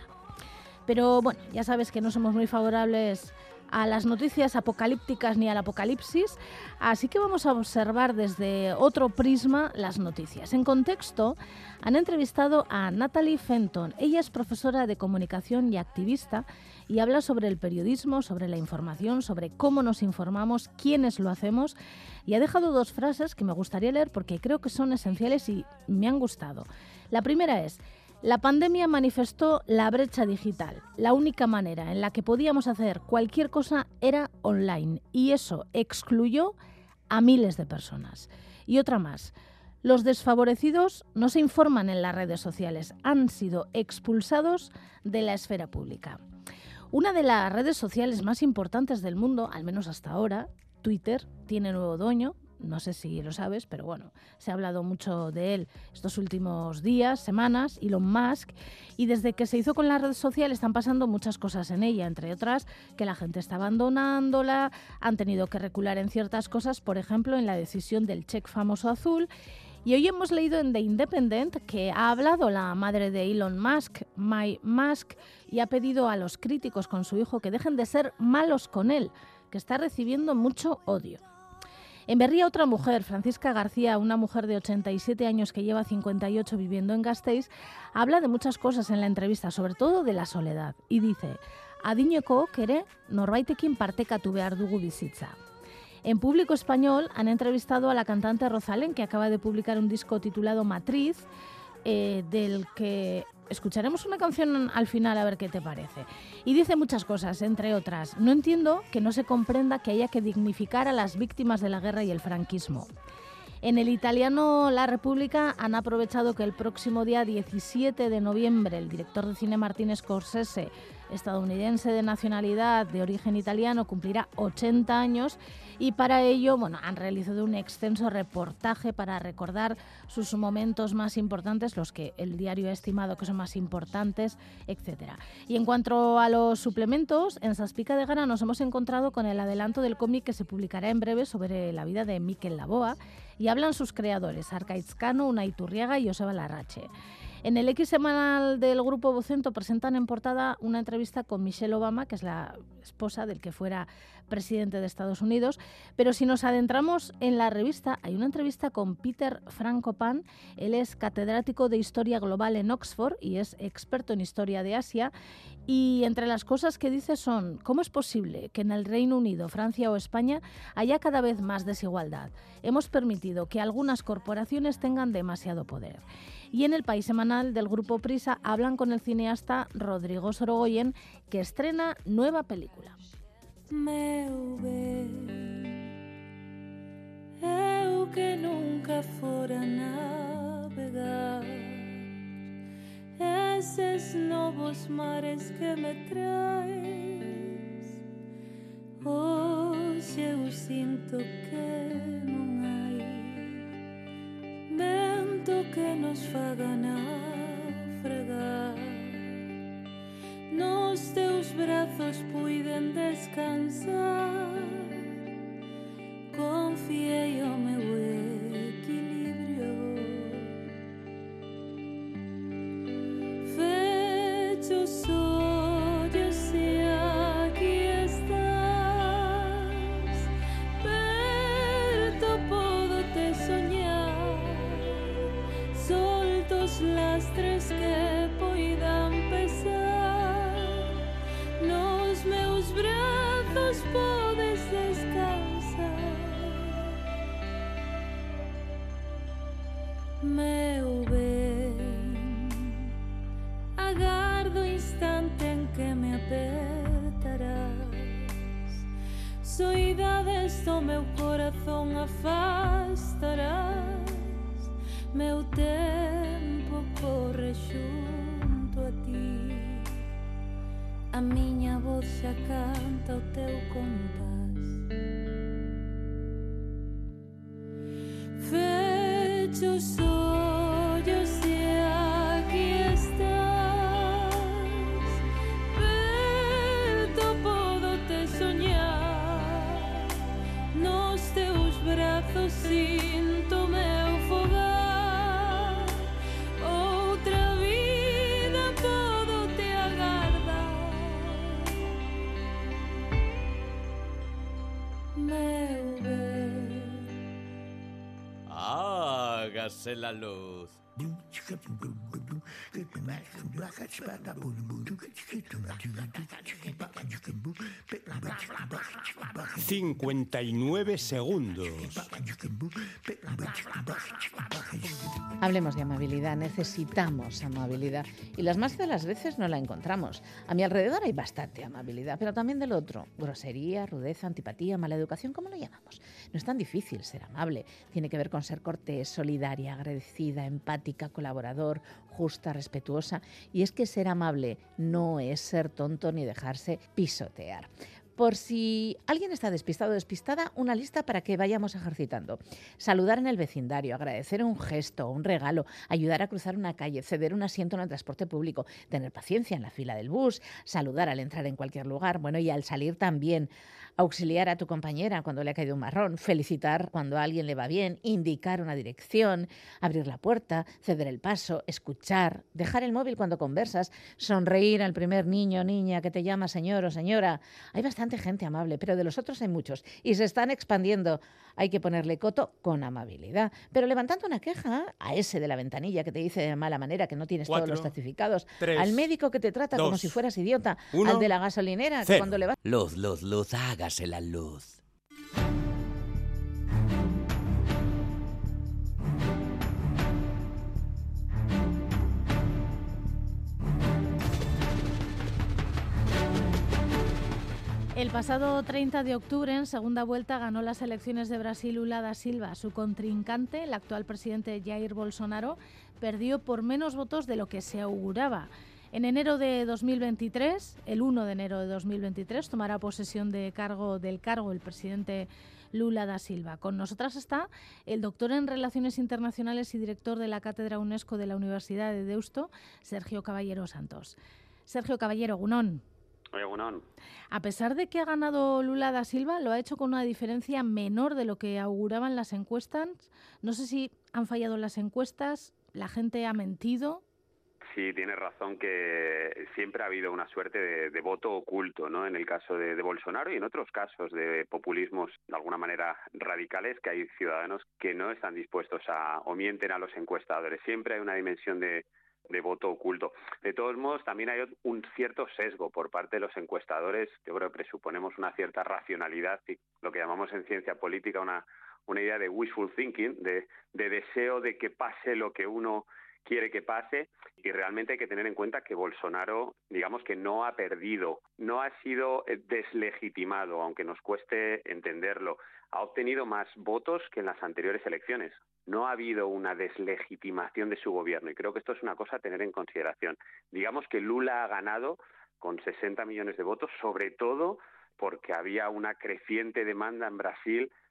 Pero bueno, ya sabes que no somos muy favorables a las noticias apocalípticas ni al apocalipsis, así que vamos a observar desde otro prisma las noticias. En contexto, han entrevistado a Natalie Fenton. Ella es profesora de comunicación y activista y habla sobre el periodismo, sobre la información, sobre cómo nos informamos, quiénes lo hacemos, y ha dejado dos frases que me gustaría leer porque creo que son esenciales y me han gustado. La primera es: la pandemia manifestó la brecha digital. La única manera en la que podíamos hacer cualquier cosa era online y eso excluyó a miles de personas. Y otra más. Los desfavorecidos no se informan en las redes sociales, han sido expulsados de la esfera pública. Una de las redes sociales más importantes del mundo, al menos hasta ahora, Twitter, tiene nuevo dueño. No sé si lo sabes, pero bueno, se ha hablado mucho de él estos últimos días, semanas, Elon Musk, y desde que se hizo con la red social están pasando muchas cosas en ella, entre otras que la gente está abandonándola, han tenido que recular en ciertas cosas, por ejemplo, en la decisión del cheque famoso azul. Y hoy hemos leído en The Independent que ha hablado la madre de Elon Musk, May Musk, y ha pedido a los críticos con su hijo que dejen de ser malos con él, que está recibiendo mucho odio. En Berría, otra mujer, Francisca García, una mujer de ochenta y siete años que lleva cincuenta y ocho viviendo en Gasteiz, habla de muchas cosas en la entrevista, sobre todo de la soledad, y dice: adineko ere norbaitekin partekatu behar dugu bizitza. En Público Español han entrevistado a la cantante Rosalén, que acaba de publicar un disco titulado Matriz, eh, del que escucharemos una canción al final a ver qué te parece. Y dice muchas cosas, entre otras: no entiendo que no se comprenda que haya que dignificar a las víctimas de la guerra y el franquismo. En el italiano La República han aprovechado que el próximo día diecisiete de noviembre el director de cine Martin Scorsese, estadounidense de nacionalidad de origen italiano, cumplirá ochenta años, y para ello bueno, han realizado un extenso reportaje para recordar sus momentos más importantes, los que el diario ha estimado que son más importantes, etcétera. Y en cuanto a los suplementos, en Saspica de Gara nos hemos encontrado con el adelanto del cómic que se publicará en breve sobre la vida de Mikel Laboa, y hablan sus creadores, Arkaitz Cano, Unai Iturriaga y Joseba Larrache. En el X semanal del Grupo Vocento presentan en portada una entrevista con Michelle Obama, que es la esposa del que fuera presidente de Estados Unidos, pero si nos adentramos en la revista, hay una entrevista con Peter Frankopan. Él es catedrático de Historia Global en Oxford y es experto en Historia de Asia, y entre las cosas que dice son: ¿cómo es posible que en el Reino Unido, Francia o España haya cada vez más desigualdad? Hemos permitido que algunas corporaciones tengan demasiado poder. Y en el País semanal del Grupo Prisa hablan con el cineasta Rodrigo Sorogoyen, que estrena nueva película. Meu bé, eu que nunca fora navegar esos novos mares que me traes, hoxe eu sinto que non hai vento que nos faga naufragar. esfregar. Nos teus brazos puiden descansar. Confiei o meu equilibrio. Fecho os ollos e aquí estás. Perto podo te soñar. Solto os lastres que poidan pesar. Nos meus brazos podes descansar. Meu ben, agardo o instante en que me apertarás. Soidades do meu corazón afastarás. Meu tempo corre xunto a ti. A miña voz xa canta o teu compás. Fecho os ollos e aquí estás. Perto podo te soñar. Nos teus brazos sinto meu fogar. Outra vida podo te agardar. Meu ben. Hágase la luz. cincuenta y nueve segundos. Hablemos de amabilidad, necesitamos amabilidad y las más de las veces no la encontramos. A mi alrededor hay bastante amabilidad, pero también del otro. Grosería, rudeza, antipatía, mala educación, ¿cómo lo llamamos? No es tan difícil ser amable. Tiene que ver con ser cortés, solidaria, agradecida, empática, colaborador, justa, respetuosa. Y es que ser amable no es ser tonto ni dejarse pisotear. Por si alguien está despistado o despistada, una lista para que vayamos ejercitando. Saludar en el vecindario, agradecer un gesto, un regalo, ayudar a cruzar una calle, ceder un asiento en el transporte público, tener paciencia en la fila del bus, saludar al entrar en cualquier lugar, bueno, y al salir también, auxiliar a tu compañera cuando le ha caído un marrón, felicitar cuando a alguien le va bien, indicar una dirección, abrir la puerta, ceder el paso, escuchar, dejar el móvil cuando conversas, sonreír al primer niño o niña que te llama señor o señora. Hay bastante gente amable, pero de los otros hay muchos y se están expandiendo. Hay que ponerle coto con amabilidad, pero levantando una queja a ese de la ventanilla que te dice de mala manera que no tienes Cuatro, todos los certificados, tres, al médico que te trata dos, como si fueras idiota, uno, al de la gasolinera que cero. cuando le vas... Luz, luz, luz, hágase la luz. El pasado treinta de octubre, en segunda vuelta, ganó las elecciones de Brasil Lula da Silva. Su contrincante, el actual presidente Jair Bolsonaro, perdió por menos votos de lo que se auguraba. En enero de dos mil veintitrés, el uno de enero de dos mil veintitrés, tomará posesión de cargo, del cargo el presidente Lula da Silva. Con nosotras está el doctor en Relaciones Internacionales y director de la Cátedra UNESCO de la Universidad de Deusto, Sergio Caballero Santos. Sergio Caballero, Gunón. Oye, Gunón. A pesar de que ha ganado Lula da Silva, lo ha hecho con una diferencia menor de lo que auguraban las encuestas. No sé si han fallado las encuestas, la gente ha mentido. Sí, tienes razón que siempre ha habido una suerte de, de voto oculto, ¿no? En el caso de, de Bolsonaro y en otros casos de populismos de alguna manera radicales, que hay ciudadanos que no están dispuestos a o mienten a los encuestadores. Siempre hay una dimensión de de voto oculto. De todos modos, también hay un cierto sesgo por parte de los encuestadores. Yo creo que presuponemos una cierta racionalidad y lo que llamamos en ciencia política una, una idea de wishful thinking, de, de deseo de que pase lo que uno quiere que pase, y realmente hay que tener en cuenta que Bolsonaro, digamos que no ha perdido, no ha sido deslegitimado, aunque nos cueste entenderlo. Ha obtenido más votos que en las anteriores elecciones. No ha habido una deslegitimación de su gobierno y creo que esto es una cosa a tener en consideración. Digamos que Lula ha ganado con sesenta millones de votos, sobre todo porque había una creciente demanda en Brasil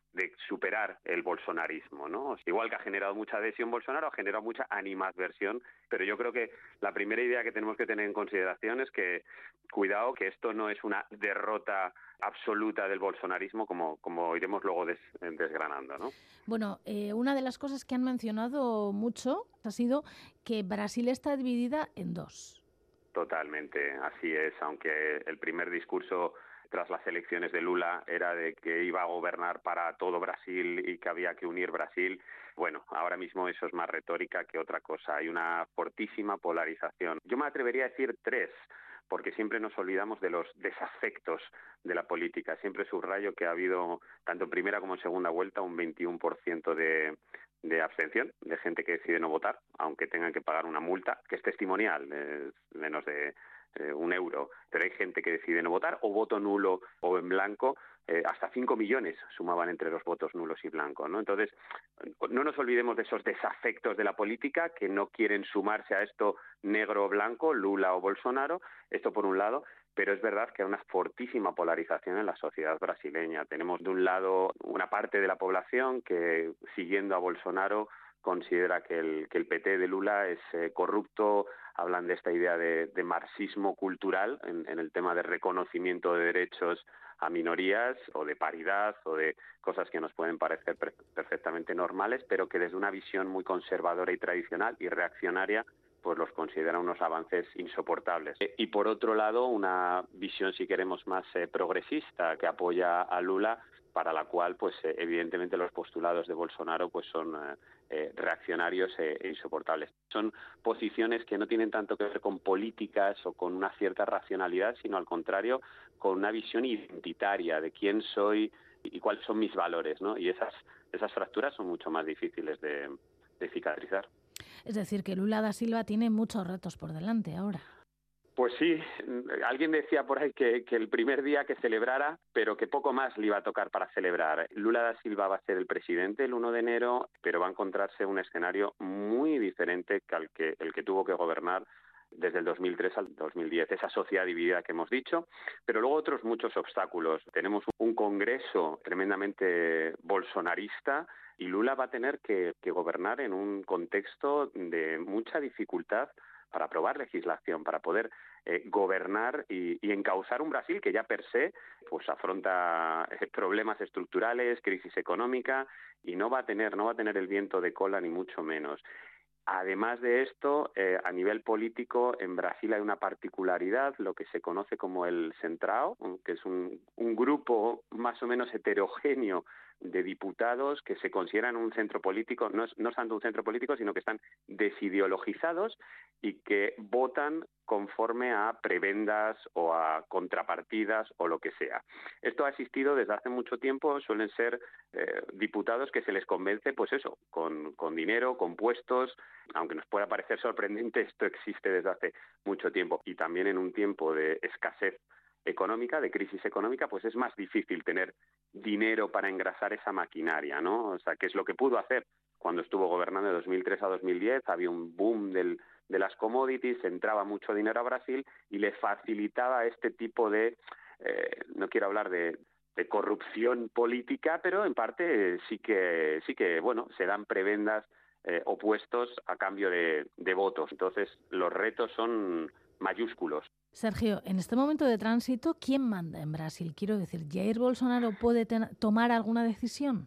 de superar el bolsonarismo, ¿no? Igual que ha generado mucha adhesión Bolsonaro, ha generado mucha animadversión, pero yo creo que la primera idea que tenemos que tener en consideración es que, cuidado, que esto no es una derrota absoluta del bolsonarismo, como, como iremos luego des, desgranando, ¿no? Bueno, eh, una de las cosas que han mencionado mucho ha sido que Brasil está dividida en dos. Totalmente, así es, aunque el primer discurso tras las elecciones de Lula era de que iba a gobernar para todo Brasil y que había que unir Brasil. Bueno, ahora mismo eso es más retórica que otra cosa. Hay una fortísima polarización. Yo me atrevería a decir tres, porque siempre nos olvidamos de los desafectos de la política. Siempre subrayo que ha habido, tanto en primera como en segunda vuelta, un veintiuno por ciento de, de abstención, de gente que decide no votar, aunque tengan que pagar una multa, que es testimonial, es menos de eh, un euro. Pero hay gente que decide no votar, o voto nulo o en blanco. Eh, hasta cinco millones sumaban entre los votos nulos y blancos, ¿no? Entonces, no nos olvidemos de esos desafectos de la política que no quieren sumarse a esto negro o blanco, Lula o Bolsonaro, esto por un lado, pero es verdad que hay una fortísima polarización en la sociedad brasileña. Tenemos de un lado una parte de la población que, siguiendo a Bolsonaro, considera que el, que el P T de Lula es eh, corrupto. Hablan de esta idea de, de marxismo cultural en, en el tema de reconocimiento de derechos a minorías o de paridad o de cosas que nos pueden parecer per- perfectamente normales, pero que desde una visión muy conservadora y tradicional y reaccionaria pues los considera unos avances insoportables. Y por otro lado, una visión, si queremos, más eh, progresista, que apoya a Lula, para la cual, pues eh, evidentemente, los postulados de Bolsonaro pues son eh, eh, reaccionarios e, e insoportables. Son posiciones que no tienen tanto que ver con políticas o con una cierta racionalidad, sino al contrario, con una visión identitaria de quién soy y cuáles son mis valores, ¿no? Y esas, esas fracturas son mucho más difíciles de, de cicatrizar. Es decir, que Lula da Silva tiene muchos retos por delante ahora. Pues sí, alguien decía por ahí que, que el primer día que celebrara, pero que poco más le iba a tocar para celebrar. Lula da Silva va a ser el presidente el uno de enero, pero va a encontrarse un escenario muy diferente que al que el que tuvo que gobernar desde el dos mil tres al dos mil diez, esa sociedad dividida que hemos dicho, pero luego otros muchos obstáculos. Tenemos un Congreso tremendamente bolsonarista y Lula va a tener que, que gobernar en un contexto de mucha dificultad para aprobar legislación, para poder eh, gobernar y, y encauzar un Brasil que ya per se pues afronta problemas estructurales, crisis económica y no va a tener, no va a tener el viento de cola ni mucho menos. Además de esto, eh, a nivel político, en Brasil hay una particularidad, lo que se conoce como el Centrão, que es un, un grupo más o menos heterogéneo de diputados que se consideran un centro político, no es, no es tanto un centro político, sino que están desideologizados y que votan conforme a prebendas o a contrapartidas o lo que sea. Esto ha existido desde hace mucho tiempo, suelen ser eh, diputados que se les convence, pues eso, con, con dinero, con puestos, aunque nos pueda parecer sorprendente, esto existe desde hace mucho tiempo y también en un tiempo de escasez económica, de crisis económica, pues es más difícil tener dinero para engrasar esa maquinaria, ¿no? O sea, que es lo que pudo hacer cuando estuvo gobernando de dos mil tres a dos mil diez, había un boom del, de las commodities, entraba mucho dinero a Brasil y le facilitaba este tipo de, eh, no quiero hablar de, de corrupción política, pero en parte sí que, sí que bueno, se dan prebendas eh, opuestos a cambio de, de votos. Entonces, los retos son mayúsculos. Sergio, en este momento de tránsito, ¿quién manda en Brasil? Quiero decir, ¿Jair Bolsonaro puede ten- tomar alguna decisión?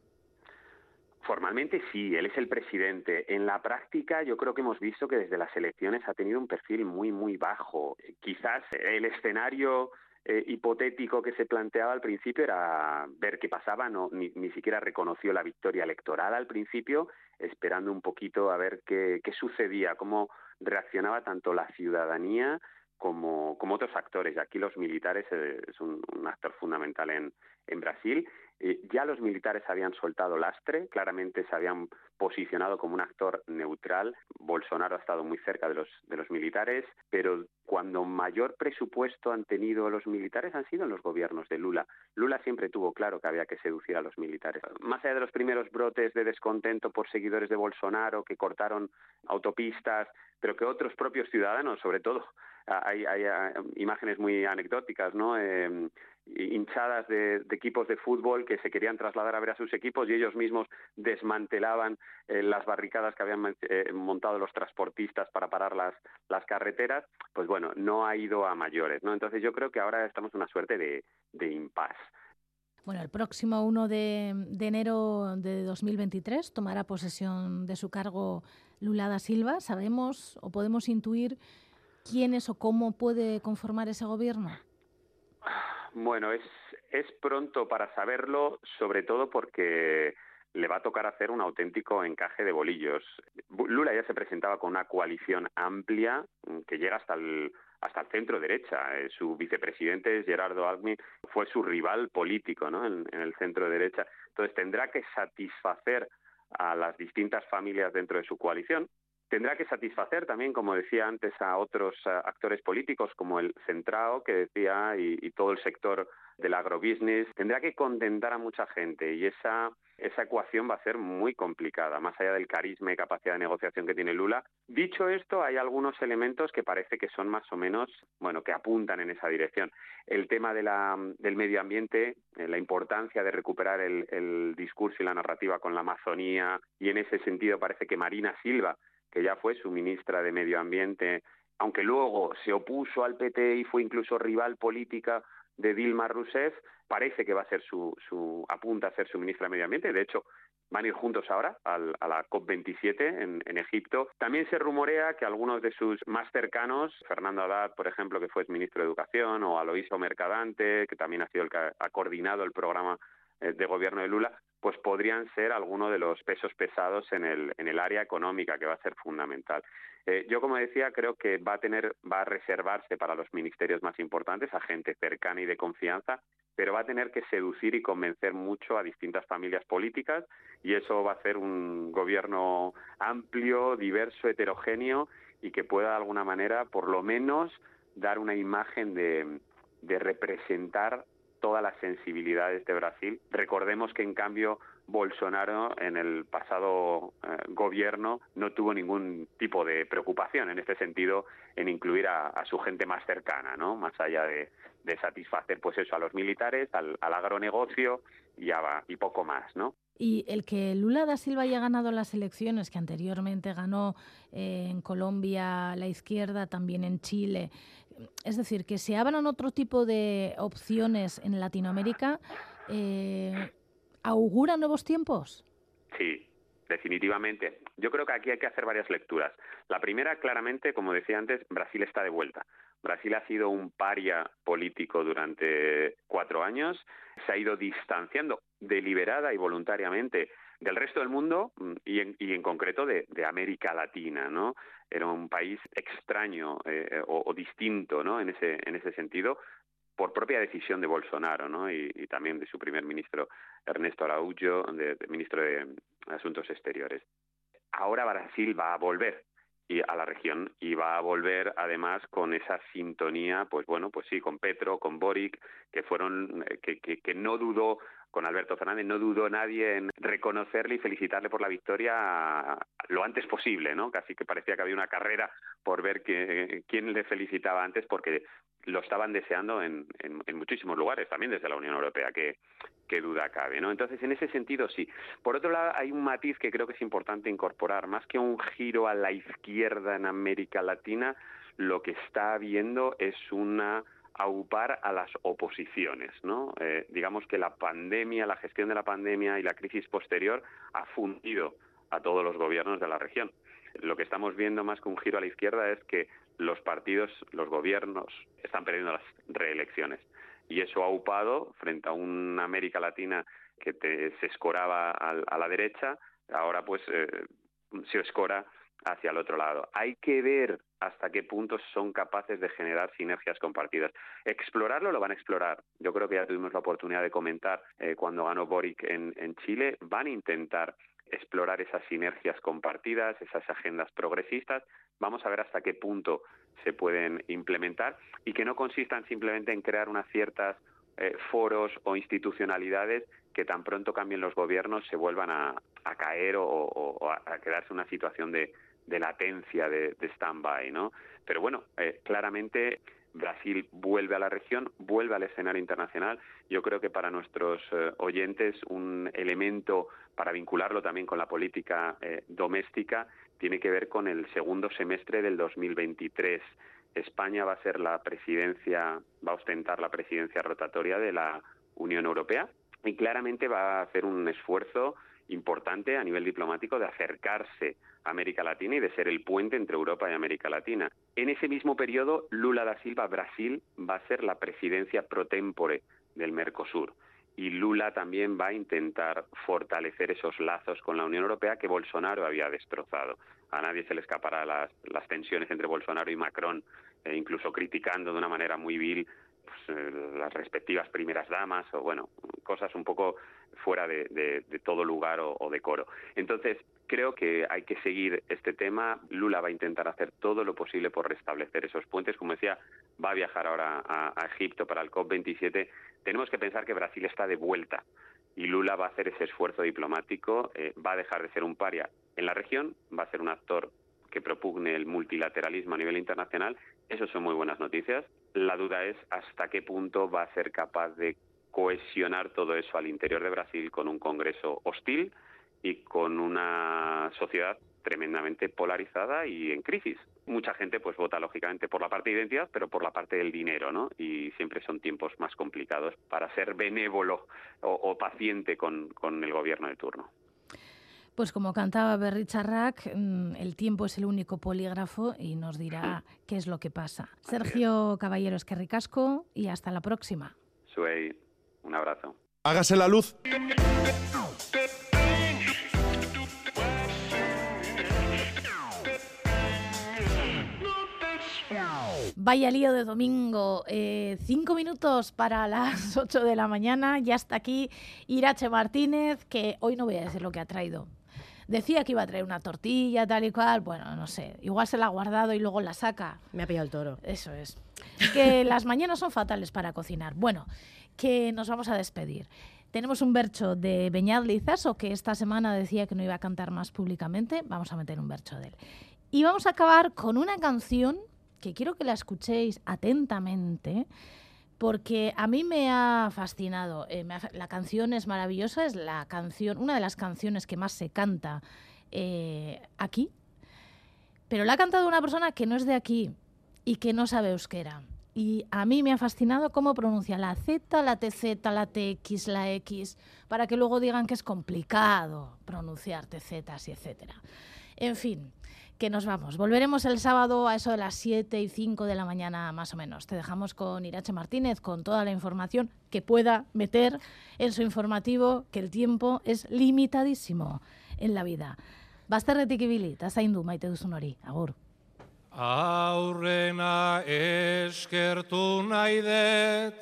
Formalmente sí, él es el presidente. En la práctica yo creo que hemos visto que desde las elecciones ha tenido un perfil muy, muy bajo. Quizás el escenario eh, hipotético que se planteaba al principio era ver qué pasaba, no, ni, ni siquiera reconoció la victoria electoral al principio, esperando un poquito a ver qué, qué sucedía, cómo reaccionaba tanto la ciudadanía como, como otros actores. Y aquí los militares eh, es un, un actor fundamental en, en Brasil. Eh, ya los militares habían soltado lastre, claramente se habían posicionado como un actor neutral. Bolsonaro ha estado muy cerca de los, de los militares, pero cuando mayor presupuesto han tenido los militares han sido en los gobiernos de Lula. Lula siempre tuvo claro que había que seducir a los militares. Más allá de los primeros brotes de descontento por seguidores de Bolsonaro que cortaron autopistas, pero que otros propios ciudadanos, sobre todo hay, hay, hay imágenes muy anecdóticas, ¿no? Eh, hinchadas de, de equipos de fútbol que se querían trasladar a ver a sus equipos y ellos mismos desmantelaban eh, las barricadas que habían eh, montado los transportistas para parar las, las carreteras. Pues bueno, no ha ido a mayores, ¿no? Entonces yo creo que ahora estamos en una suerte de, de impasse. Bueno, el próximo uno de, de enero de dos mil veintitrés tomará posesión de su cargo Lula da Silva. ¿Sabemos o podemos intuir quién es o cómo puede conformar ese gobierno? Bueno, es, es pronto para saberlo, sobre todo porque le va a tocar hacer un auténtico encaje de bolillos. Lula ya se presentaba con una coalición amplia que llega hasta el, hasta el centro derecha. Su vicepresidente, Gerardo Alckmin, fue su rival político, ¿no? en, en el centro derecha. Entonces tendrá que satisfacer a las distintas familias dentro de su coalición. Tendrá que satisfacer también, como decía antes, a otros uh, actores políticos como el Centrao, que decía, y, y todo el sector del agrobusiness. Tendrá que contentar a mucha gente y esa, esa ecuación va a ser muy complicada, más allá del carisma y capacidad de negociación que tiene Lula. Dicho esto, hay algunos elementos que parece que son más o menos, bueno, que apuntan en esa dirección. El tema de la, del medio ambiente, eh, la importancia de recuperar el, el discurso y la narrativa con la Amazonía, y en ese sentido parece que Marina Silva, que ya fue su ministra de Medio Ambiente, aunque luego se opuso al P T y fue incluso rival política de Dilma Rousseff, parece que va a ser su, su apunta a ser su ministra de Medio Ambiente. De hecho, van a ir juntos ahora al, a la COP veintisiete en, en Egipto. También se rumorea que algunos de sus más cercanos, Fernando Haddad, por ejemplo, que fue ministro de Educación, o Aloísio Mercadante, que también ha sido el que ha coordinado el programa de gobierno de Lula, pues podrían ser algunos de los pesos pesados en el en el área económica, que va a ser fundamental. Eh, yo, como decía, creo que va a tener va a reservarse para los ministerios más importantes a gente cercana y de confianza, pero va a tener que seducir y convencer mucho a distintas familias políticas, y eso va a ser un gobierno amplio, diverso, heterogéneo, y que pueda de alguna manera, por lo menos, dar una imagen de, de representar todas las sensibilidades de Brasil. Recordemos que, en cambio, Bolsonaro en el pasado eh, gobierno no tuvo ningún tipo de preocupación en este sentido en incluir a, a su gente más cercana, ¿no? Más allá de, de satisfacer, pues eso, a los militares, al, al agronegocio y, a, y poco más, ¿no? Y el que Lula da Silva haya ganado las elecciones, que anteriormente ganó eh, en Colombia la izquierda, también en Chile, es decir, que se abran otro tipo de opciones en Latinoamérica, eh, ¿augura nuevos tiempos? Sí, definitivamente. Yo creo que aquí hay que hacer varias lecturas. La primera, claramente, como decía antes, Brasil está de vuelta. Brasil ha sido un paria político durante cuatro años, se ha ido distanciando deliberada y voluntariamente del resto del mundo y en, y en concreto de, de América Latina, ¿no? Era un país extraño eh, o, o distinto, ¿no? En ese, en ese sentido, por propia decisión de Bolsonaro, ¿no? Y, y también de su primer ministro, Ernesto Araújo, de, de ministro de Asuntos Exteriores. Ahora Brasil va a volver y a la región y va a volver además con esa sintonía, pues bueno, pues sí, con Petro, con Boric, que fueron, que, que, que no dudó, con Alberto Fernández, no dudó nadie en reconocerle y felicitarle por la victoria lo antes posible, ¿no? Casi que parecía que había una carrera por ver que, quién le felicitaba antes, porque lo estaban deseando en, en, en muchísimos lugares, también desde la Unión Europea, que, que duda cabe, ¿no? Entonces, en ese sentido, sí. Por otro lado, hay un matiz que creo que es importante incorporar. Más que un giro a la izquierda en América Latina, lo que está habiendo es una aupar a las oposiciones, ¿no? Eh, digamos que la pandemia, la gestión de la pandemia y la crisis posterior ha fundido a todos los gobiernos de la región. Lo que estamos viendo, más que un giro a la izquierda, es que los partidos, los gobiernos, están perdiendo las reelecciones. Y eso ha aupado frente a una América Latina que te, se escoraba a, a la derecha, ahora pues eh, se escora hacia el otro lado. Hay que ver hasta qué punto son capaces de generar sinergias compartidas. Explorarlo lo van a explorar. Yo creo que ya tuvimos la oportunidad de comentar eh, cuando ganó Boric en, en Chile. Van a intentar explorar esas sinergias compartidas, esas agendas progresistas. Vamos a ver hasta qué punto se pueden implementar y que no consistan simplemente en crear unas ciertas eh, foros o institucionalidades que tan pronto cambien los gobiernos se vuelvan a, a caer o, o, o a quedarse en una situación de, de latencia, de, de stand-by, ¿no? Pero bueno, eh, claramente Brasil vuelve a la región, vuelve al escenario internacional. Yo creo que para nuestros eh, oyentes un elemento para vincularlo también con la política eh, doméstica tiene que ver con el segundo semestre del dos mil veintitrés. España va a ser la presidencia, va a ostentar la presidencia rotatoria de la Unión Europea y claramente va a hacer un esfuerzo importante a nivel diplomático de acercarse a América Latina y de ser el puente entre Europa y América Latina. En ese mismo periodo, Lula da Silva, Brasil, va a ser la presidencia pro tempore del Mercosur. Y Lula también va a intentar fortalecer esos lazos con la Unión Europea que Bolsonaro había destrozado. A nadie se le escapará las, las tensiones entre Bolsonaro y Macron, eh, incluso criticando de una manera muy vil pues, eh, las respectivas primeras damas o, bueno, cosas un poco fuera de, de, de todo lugar o, o decoro. Entonces, creo que hay que seguir este tema. Lula va a intentar hacer todo lo posible por restablecer esos puentes. Como decía, va a viajar ahora a, a Egipto para el COP veintisiete. Tenemos que pensar que Brasil está de vuelta y Lula va a hacer ese esfuerzo diplomático, eh, va a dejar de ser un paria en la región, va a ser un actor que propugne el multilateralismo a nivel internacional. Eso son muy buenas noticias. La duda es hasta qué punto va a ser capaz de cohesionar todo eso al interior de Brasil con un Congreso hostil y con una sociedad tremendamente polarizada y en crisis. Mucha gente pues vota lógicamente por la parte de identidad, pero por la parte del dinero, ¿no? Y siempre son tiempos más complicados para ser benévolo o, o paciente con, con el gobierno de turno. Pues como cantaba Berri Charrac, el tiempo es el único polígrafo y nos dirá qué es lo que pasa. Sergio Caballero, eskerrik asko y hasta la próxima. Suey, un abrazo. Hágase la luz. Vaya lío de domingo, eh, cinco minutos para las ocho de la mañana, ya está aquí Irache Martínez, que hoy no voy a decir lo que ha traído. Decía que iba a traer una tortilla, tal y cual, bueno, no sé, igual se la ha guardado y luego la saca. Me ha pillado el toro. Eso es. Que las mañanas son fatales para cocinar. Bueno, que nos vamos a despedir. Tenemos un bercho de Beñat Lizaso, que esta semana decía que no iba a cantar más públicamente, vamos a meter un bercho de él. Y vamos a acabar con una canción que quiero que la escuchéis atentamente, porque a mí me ha fascinado. Eh, me ha, la canción es maravillosa, es la canción, una de las canciones que más se canta eh, aquí, pero la ha cantado una persona que no es de aquí y que no sabe euskera. Y a mí me ha fascinado cómo pronuncia la Z, la T Z, la T X, la X, para que luego digan que es complicado pronunciar T Z y etcétera. En fin, que nos vamos. Volveremos el sábado a eso de las siete y cinco de la mañana más o menos. Te dejamos con Irache Martínez, con toda la información que pueda meter en su informativo, que el tiempo es limitadísimo en la vida. Bazterretik ibili, eta zaindu maite duzun hori. Agur. Aurrena eskertu nahi det,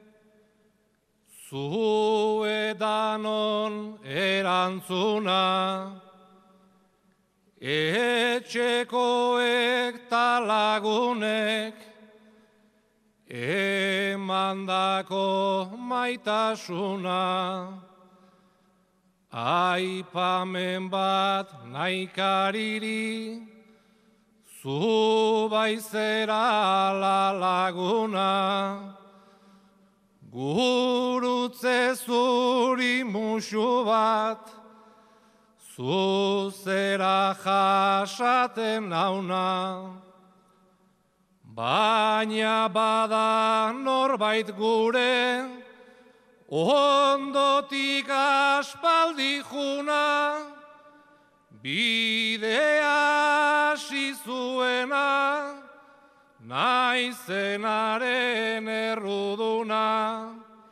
zu edanon erantzuna, etxekoek ta lagunek emandako maitasuna, aipamen bat naikariri, zu baizera la laguna, gurutze zuri musu bat, zu zera jasaten nauna, baina bada norbait gure, ondotik aspaldi juna, bidea hasi zuena, naizenaren erruduna,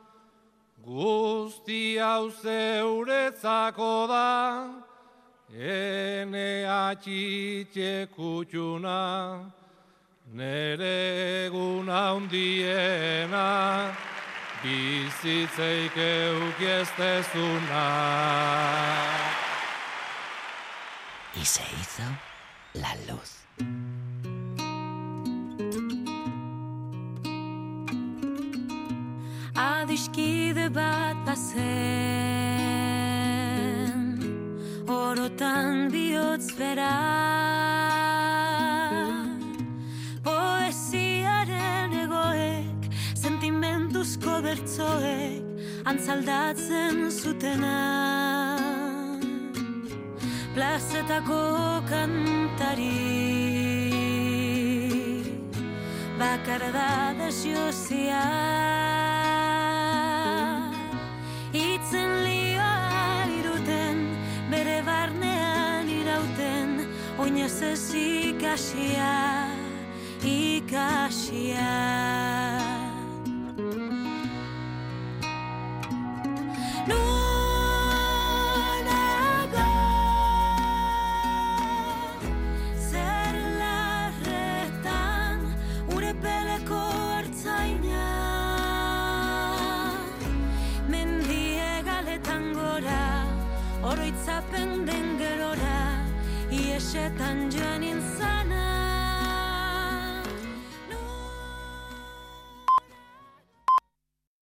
guzti hau zeuretzako da, ene atxitxe kutxuna, nere egun handiena, bizitzeik eukiestezuna. Y se hizo la luz. Adiskide bat bazen, orotan bihotz bera, antzaldatzen zutena, plazetako kantari, bakarra da desiozia, itzen lioa iruten, bere barnean irauten, oinez ez ikasia, ikasia. Oroitzapen den gerora, iesetan joan intzan.